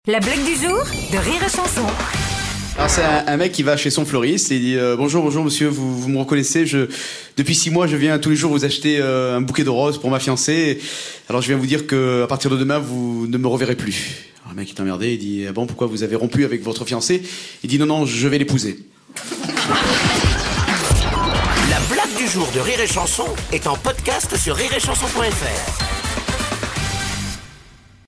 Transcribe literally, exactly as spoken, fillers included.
La blague du jour de Rire et Chanson. Alors c'est un, un mec qui va chez son fleuriste et il dit euh, bonjour bonjour monsieur, vous, vous me reconnaissez, je depuis six mois je viens tous les jours vous acheter euh, un bouquet de roses pour ma fiancée. Alors je viens vous dire que à partir de demain vous ne me reverrez plus. Alors le mec est emmerdé, il dit ah bon, pourquoi vous avez rompu avec votre fiancée? Il dit non non, je vais l'épouser. La blague du jour de Rire et Chanson est en podcast sur rire et chanson point f r.